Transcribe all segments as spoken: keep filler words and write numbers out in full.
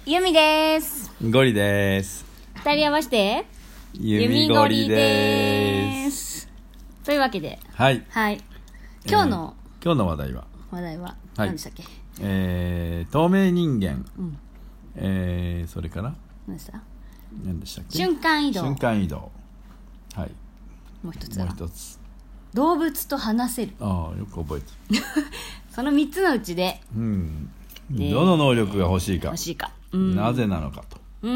ゆみです。 ゴリです。 二人合わせてゆみゴリです。 というわけで、 はい、 はい、今日の、 えー、今日の話題は話題は何でしたっけ？はい、 えー、透明人間、 うんえー、それから何でした？ 何でしたっけ？ 瞬間移動。 瞬間移動。はい。 もう一つはもう一つ。 動物と話せる。 ああ、よく覚えてる。 その三つのうちで、 うん、どの能力が欲しいか、 欲しいか、うん、 なぜなのかと、 うん、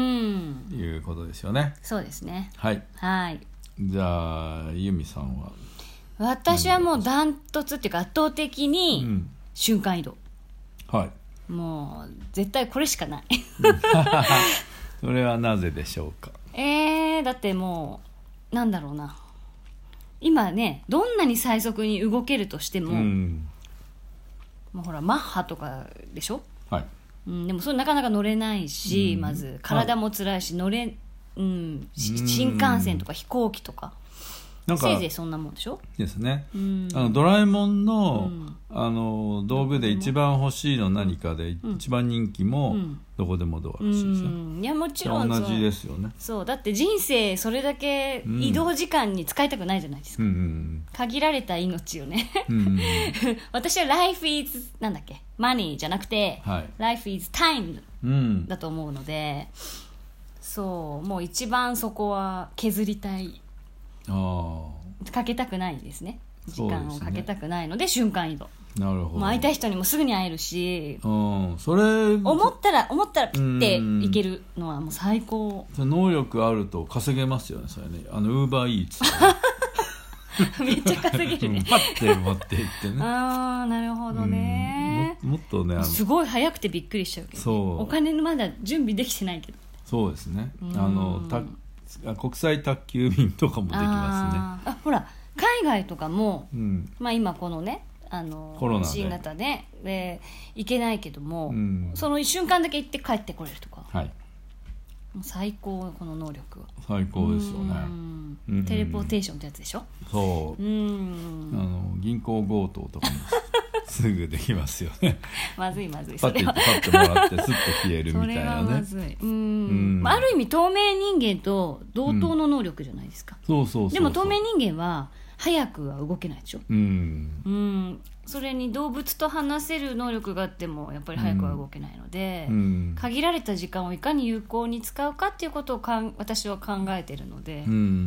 いうことですよね。 そうですね。 はい。 はい。 じゃあユミさんは？ 私はもうダントツっていうか圧倒的に瞬間移動、 うん、はい。 もう絶対これしかない。 それはなぜでしょうか？ えー、だってもうなんだろうな、今ねどんなに最速に動けるとしても、うん、もうほらマッハとかでしょ、 はい、 うん、でもそれなかなか乗れないし、うん、まず体も辛いし乗れ、うん、新幹線とか飛行機とかなんかせいぜいそんなもんでしょですね、うん、あのドラえもん の,、うん、あの道具で一番欲しいの何かで、うん、一番人気も、うん、どこでもドアらしいですよ、うん、 いやもちろん同じですよね。 そうだって人生それだけ移動時間に使いたくないじゃないですか、うん、限られた命をね、うん、私は life is なんだっけ money じゃなくて、はい、life is time だと思うので、うん、そうもう一番そこは削りたい、あかけたくないですね、時間をかけたくないので、瞬間移動。 なるほど。 もう会いたい人にもすぐに会えるし、 うん、それ思ったら思ったらピッていけるのはもう最高。 能力あると稼げますよね、それね。あのウーバーイーツめっちゃ稼げるね。 パッて持っていってね。 ああ、なるほどね。 も, もっとね、あのすごい早くてびっくりしちゃうけど、ね、そうお金まだ準備できてないけど。 そうですね。あのた国際宅急便とかもできますね。ああほら海外とかも、うん、まあ今このねあのコロナで新型でで行けないけども、うん、その一瞬間だけ行って帰ってこれるとか、はい、もう最高、この能力は最高ですよね。 うん、テレポーテーションってやつでしょ。 そう、うん、あの銀行強盗とかもすぐできますよね。 まずいまずい、 パッてパッてもらってスッと消えるみたいなね。それはまずい。うん、 うん、ある意味透明人間と同等の能力じゃないですか、 うん、そうそうそうそう。 でも透明人間は早くは動けないでしょ、うんうん、それに動物と話せる能力があってもやっぱり早くは動けないので、うん、限られた時間をいかに有効に使うかっていうことをかん私は考えてるので、うん、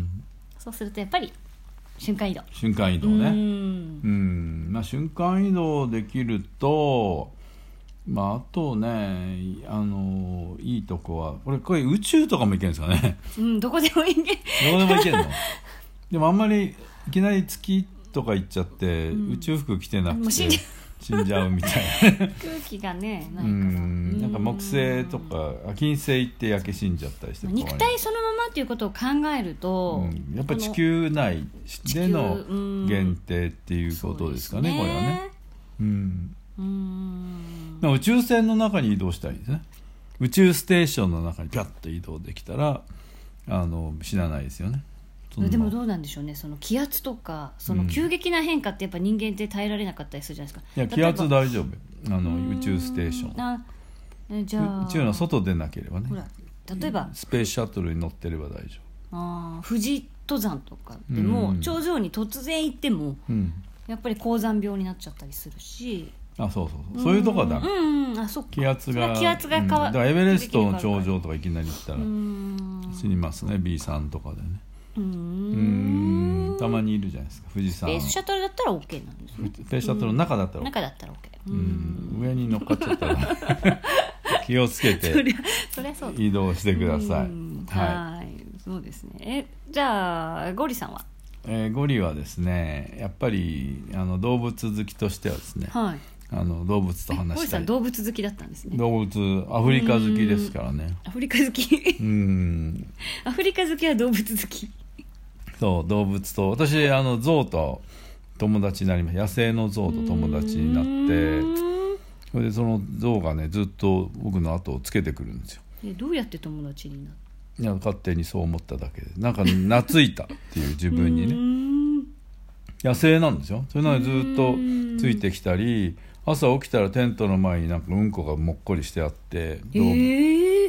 そうするとやっぱり瞬間移動瞬間移動ね、うんうんまあ、瞬間移動できると、まあ、あとねあのいいとこはこれ、これ宇宙とかも行けるんですかね、 うん、どこでも行けるどこでも行けるのでもあんまりいきなり月とか行っちゃって、うん、宇宙服着てなくて死んじゃうみたいな空気がねないから、 うんなんか木星とか金星行って焼け死んじゃったりして肉体そのままっていうことを考えると、うん、 やっぱり地球内での限定っていうことですかね、これはね、うんうん宇宙船の中に移動したいですね。宇宙ステーションの中にピャッと移動できたらあの死なないですよね。 でもどうなんでしょうね、その気圧とかその急激な変化ってやっぱ人間って耐えられなかったりするじゃないですか。 いや気圧大丈夫、あの宇宙ステーションあじゃあ宇宙の外出なければね、ほら例えばスペースシャトルに乗ってれば大丈夫。 あ富士登山とかでも、うん、頂上に突然行っても、うん、やっぱり高山病になっちゃったりするし、 あそうそうそう、そういうとこはダメ、 うんうん、あそっか気圧が気圧が変わ、うん、 だからエベレストの頂上とかいきなり行ったら死にますね、 ビーさん とかでね。うーんうんたまにいるじゃないですか、富士山。 スペースシャトルだったら OK なんですね。 スペースシャトルの中だったら OK、 中だったら OK、 うん上に乗っかっちゃったら気をつけて移動してください。 はい、そうですね。えじゃあゴリさんは？ えー、ゴリはですねやっぱりあの動物好きとしてはですね、はい、あの動物と話したい。 ゴリさん動物好きだったんですね。 動物アフリカ好きですからね。 アフリカ好きうんアフリカ好きは動物好き。 そう動物と私あの象と友達になりました。野生の象と友達になってそれでその象がねずっと僕の後をつけてくるんですよ。 えどうやって友達になった？ いや勝手にそう思っただけでなんか懐いたっていう自分にね野生なんですよ。それなのにずっとついてきたり朝起きたらテントの前になんかうんこがもっこりしてあって、えー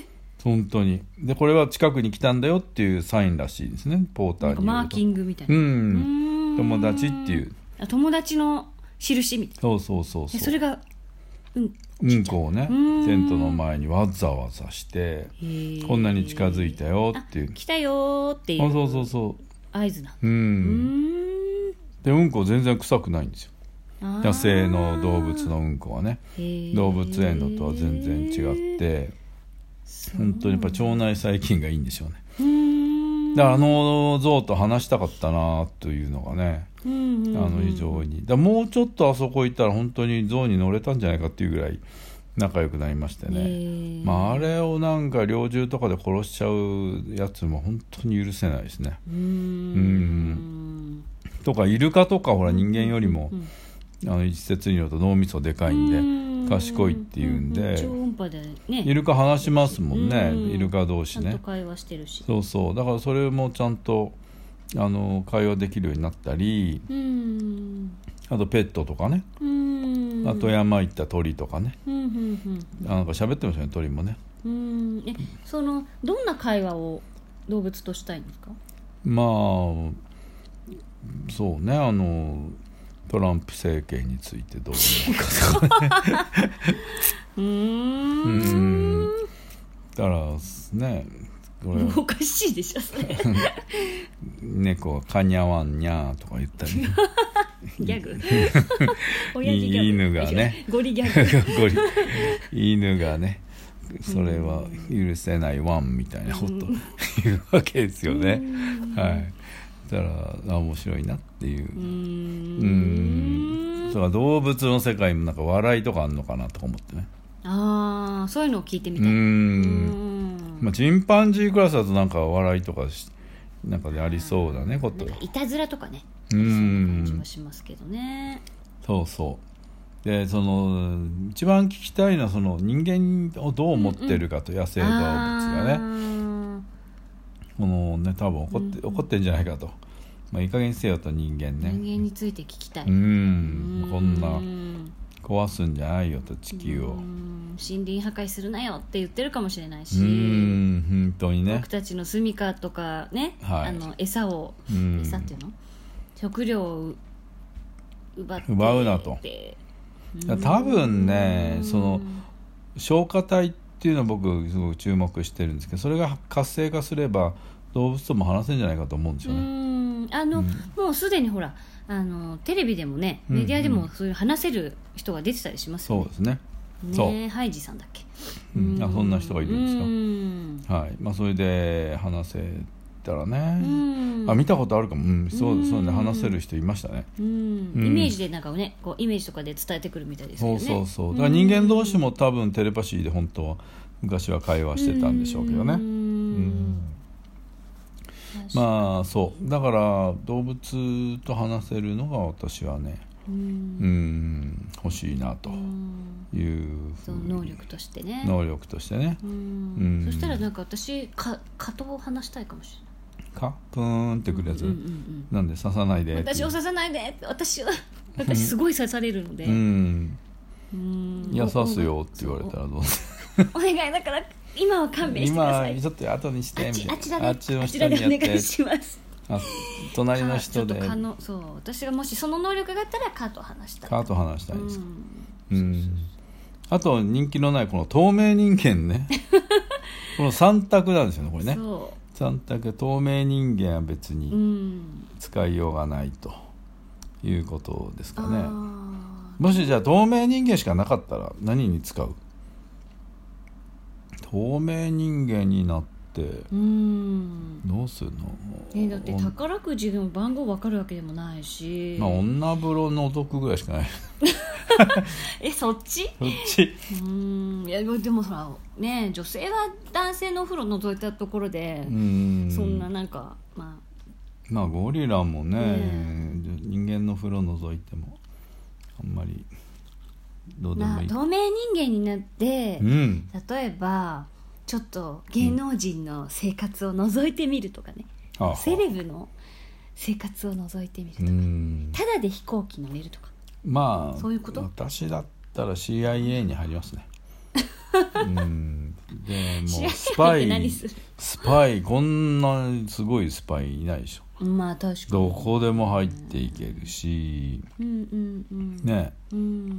本当に。でこれは近くに来たんだよっていうサインらしいですね、ポーターによると。 マーキングみたいな。 うん、友達っていう、 あ、友達の印みたいな。 そうそうそうそう。 それがうんうんこをねテントの前にわざわざしてこんなに近づいたよっていう、 来たよっていうそうそうそう合図なんだ。 うん。でうんこ全然臭くないんですよ、野生の動物のうんこはね。動物園のとは全然違って、本当にやっぱ腸内細菌がいいんでしょうね。うーん、だからあの象と話したかったなというのがね、うんうんうん、あの非常にだもうちょっとあそこ行ったら本当に象に乗れたんじゃないかっていうぐらい仲良くなりましてね、まあ、あれをなんか猟銃とかで殺しちゃうやつも本当に許せないですね。うーん、うんとかイルカとかほら人間よりも、うんうん、あの一説によると脳みそでかいんで賢いっていうんで、 超音波でね、 イルカ話しますもんね、イルカ同士ね、 ちゃんと会話してるし、 そうそう、だからそれもちゃんとあの会話できるようになったり、うんあとペットとかね、うんあと山行った鳥とかね、うんうんうん、なんか喋ってましたね鳥もね。 うんえそのどんな会話を動物としたいんですか？ まあそうね、あのトランプ政権についてどう思うかとかねうーんうんだからねこれおかしいでしょそれ猫はカニャワンニャーとか言ったりギャグ親父ギャグ犬がねゴリギャグゴリ犬がねそれは許せないワンみたいなこと言うわけですよね。はいだから面白いなっていう。うーんだから動物の世界もなんか笑いとかあんのかなとか思ってね。 ああそういうのを聞いてみたい。 うーんまあチンパンジークラスだとなんか笑いとかしなんかでありそうだねこといたずらとかねうーん感じはしますけどね。 そうそうでその一番聞きたいのはその人間をどう思ってるかと、うんうん、野生動物がねこのね多分怒って、うんうん、怒ってんじゃないかと、まあ、いい加減にせよと人間ね人間について聞きたい。 うんうんこんな壊すんじゃないよと地球をうん森林破壊するなよって言ってるかもしれないしうん本当にね僕たちの住処とかね、はい、あの餌を餌っていうの食料を奪って奪うなと多分ねその消化体っていうのは僕すごく注目してるんですけどそれが活性化すれば動物とも話せるんじゃないかと思うんですよね。 うんあの、うん、もうすでにほらあのテレビでもねメディアでもそういう話せる人が出てたりしますよね。 そうですね。 ねハイジさんだっけ、 うん、あそんな人がいるんですか。はいまあそれで話せたらねあ見たことあるかも、うん、そうそうね話せる人いましたね。うんイメージでなんかねこうイメージとかで伝えてくるみたいですよね。 そうそうそうだから人間同士も多分テレパシーで本当は昔は会話してたんでしょうけどね。うんうんまあそうだから動物と話せるのが私はねうんうん欲しいなというその能力としてね能力としてね。 うんそしたらなんか私か蚊と話したいかもしれない。 蚊プーンってくるやつ、うんうんうん、なんで刺さないで私を刺さないで私は私すごい刺されるのでうんうんいや刺すよって言われたらどうお願いだから今は勘弁してください。 今ちょっと後にしてみたいなあちらであちらであちらでお願いします。 あ隣の人でちょっとのそう私がもしその能力があったらカーと話したいカーと話したいんですか。うんうんあと人気のないこの透明人間ねこのさん択なんですよねこれね。そうさん択透明人間は別に使いようがないということですかね。もしじゃあ透明人間しかなかったら何に使う？透明人間になってうんどうするの、 えだって宝くじの番号分かるわけでもないし、 まあ、女風呂のぞくぐらいしかないえそっちそっちうんいやでもさね女性は男性のお風呂覗いたところでうんそんななんかまあまあゴリラもね、ね人間の風呂覗いてもあんまりどうでもいい。 透明人間になって、うん、例えばちょっと芸能人の生活を覗いてみるとかね、うん、セレブの生活を覗いてみるとか、うん、ただで飛行機乗れるとかまあそういうこと。 私だったら シーアイエー に入りますねうんでもスパイスパイこんなすごいスパイいないでしょ。 まあ確かにどこでも入っていけるし、 うんうんうん、 ね、 うん、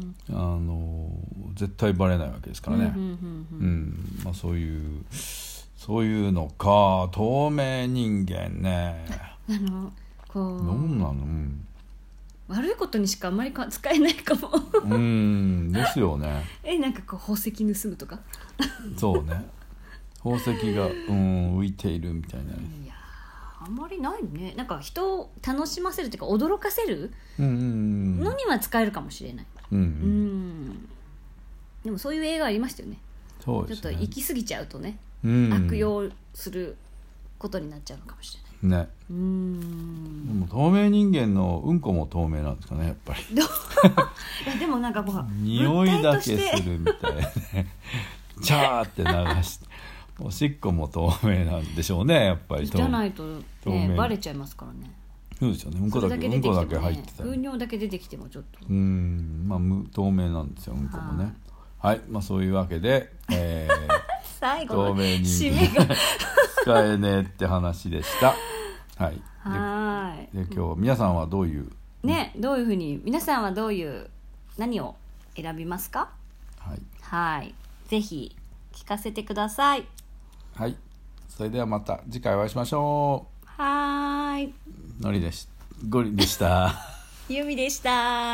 あの絶対バレないわけですからね、 うんうんうんうんまあ、そういうそういうのか。透明人間ね。 あのこうなんなの、うん、 悪いことにしかあんまりか使えないかもうんですよね。 えなんかこう宝石盗むとかそうね、宝石が、うん、浮いているみたいな、ね、 いやあんまりないね。なんか人を楽しませるっていうか驚かせるのには使えるかもしれない、 うんうんうんうんでもそういう映画ありましたよね。 そうですね、 ちょっと行き過ぎちゃうとね、 うん、 悪用することになっちゃうのかもしれないね。 うーんでも透明人間のうんこも透明なんですかねやっぱりいやでもなんかこう匂いだけするみたいなねチャーって流しておしっこも透明なんでしょうねやっぱり。 じゃないと、ね、バレちゃいますからね。 そうですよね。うんこだけ、うんこだけ入ってたら、 糞尿だけ出てきてもちょっとうんまあ無透明なんですようんこもね。はい、まあそういうわけで、えー、 最後の締めが使えねえって話でした。はい。 はいで、で今日皆さんはどういうねどういうふうに皆さんはどういう何を選びますか。 はいはいぜひ聞かせてください。 はい。それではまた次回お会いしましょう。 はーい。 のりでしゴリでした。 ゆみでした。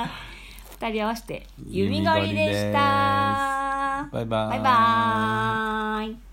二人合わせてゆみゴリでした。 バイバーイ。 バイバーイ。